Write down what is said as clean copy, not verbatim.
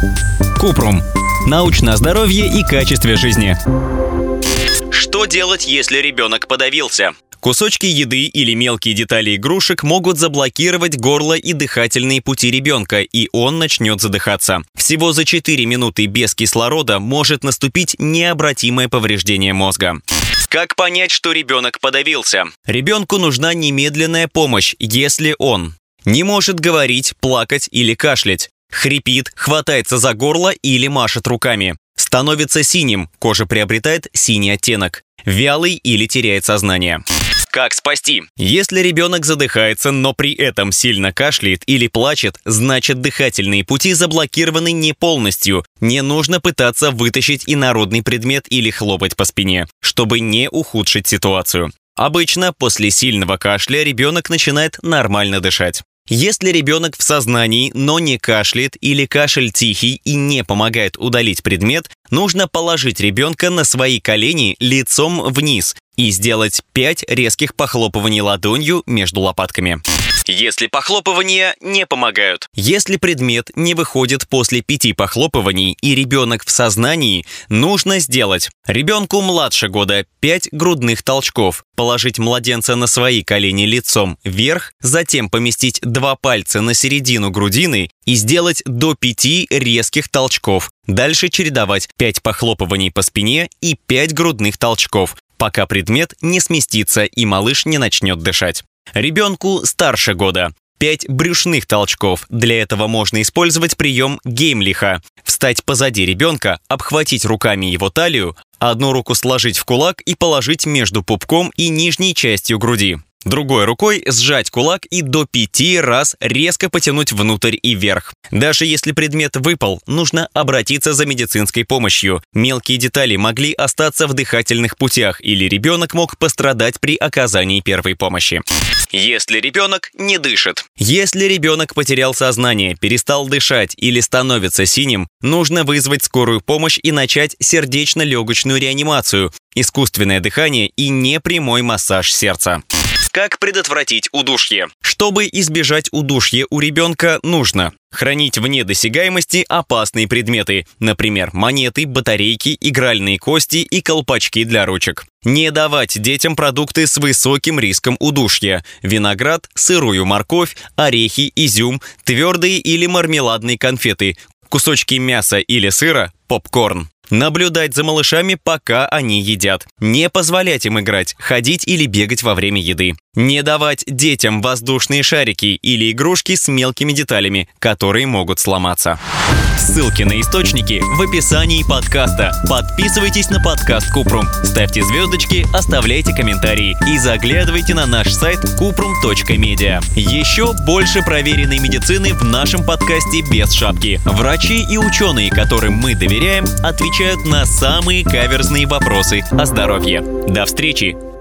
Купрум. Научное здоровье и качестве жизни. Что делать, если ребенок подавился? Кусочки еды или мелкие детали игрушек могут заблокировать горло и дыхательные пути ребенка, и он начнет задыхаться. Всего за 4 минуты без кислорода может наступить необратимое повреждение мозга. Как понять, что ребенок подавился? Ребенку нужна немедленная помощь, если он не может говорить, плакать или кашлять, хрипит, хватается за горло или машет руками, становится синим, кожа приобретает синий оттенок, вялый или теряет сознание. Как спасти? Если ребенок задыхается, но при этом сильно кашляет или плачет, значит дыхательные пути заблокированы не полностью. Не нужно пытаться вытащить инородный предмет или хлопать по спине, чтобы не ухудшить ситуацию. Обычно после сильного кашля ребенок начинает нормально дышать. Если ребенок в сознании, но не кашляет или кашель тихий и не помогает удалить предмет, нужно положить ребенка на свои колени лицом вниз и сделать 5 резких похлопываний ладонью между лопатками. Если похлопывания не помогают. Если предмет не выходит после 5 похлопываний и ребенок в сознании, нужно сделать ребенку младше года 5 грудных толчков, положить младенца на свои колени лицом вверх, затем поместить 2 пальца на середину грудины и сделать до 5 резких толчков. Дальше чередовать 5 похлопываний по спине и 5 грудных толчков, пока предмет не сместится и малыш не начнет дышать. Ребенку старше года 5 брюшных толчков. Для этого можно использовать прием Геймлиха. Встать позади ребенка, обхватить руками его талию, одну руку сложить в кулак и положить между пупком и нижней частью груди. Другой рукой сжать кулак и до 5 раз резко потянуть внутрь и вверх. Даже если предмет выпал, нужно обратиться за медицинской помощью. Мелкие детали могли остаться в дыхательных путях, или ребенок мог пострадать при оказании первой помощи. Если ребенок не дышит. Если ребенок потерял сознание, перестал дышать или становится синим, нужно вызвать скорую помощь и начать сердечно-легочную реанимацию, искусственное дыхание и непрямой массаж сердца. Как предотвратить удушье? Чтобы избежать удушья у ребенка, нужно хранить вне досягаемости опасные предметы, например, монеты, батарейки, игральные кости и колпачки для ручек. Не давать детям продукты с высоким риском удушья: виноград, сырую морковь, орехи, изюм, твердые или мармеладные конфеты, кусочки мяса или сыра, попкорн. Наблюдать за малышами, пока они едят. Не позволять им играть, ходить или бегать во время еды. Не давать детям воздушные шарики или игрушки с мелкими деталями, которые могут сломаться. Ссылки на источники в описании подкаста. Подписывайтесь на подкаст Купрум, ставьте звездочки, оставляйте комментарии и заглядывайте на наш сайт kuprum.media. Еще больше проверенной медицины в нашем подкасте без шапки. Врачи и ученые, которым мы доверяем, отвечают на самые каверзные вопросы о здоровье. До встречи!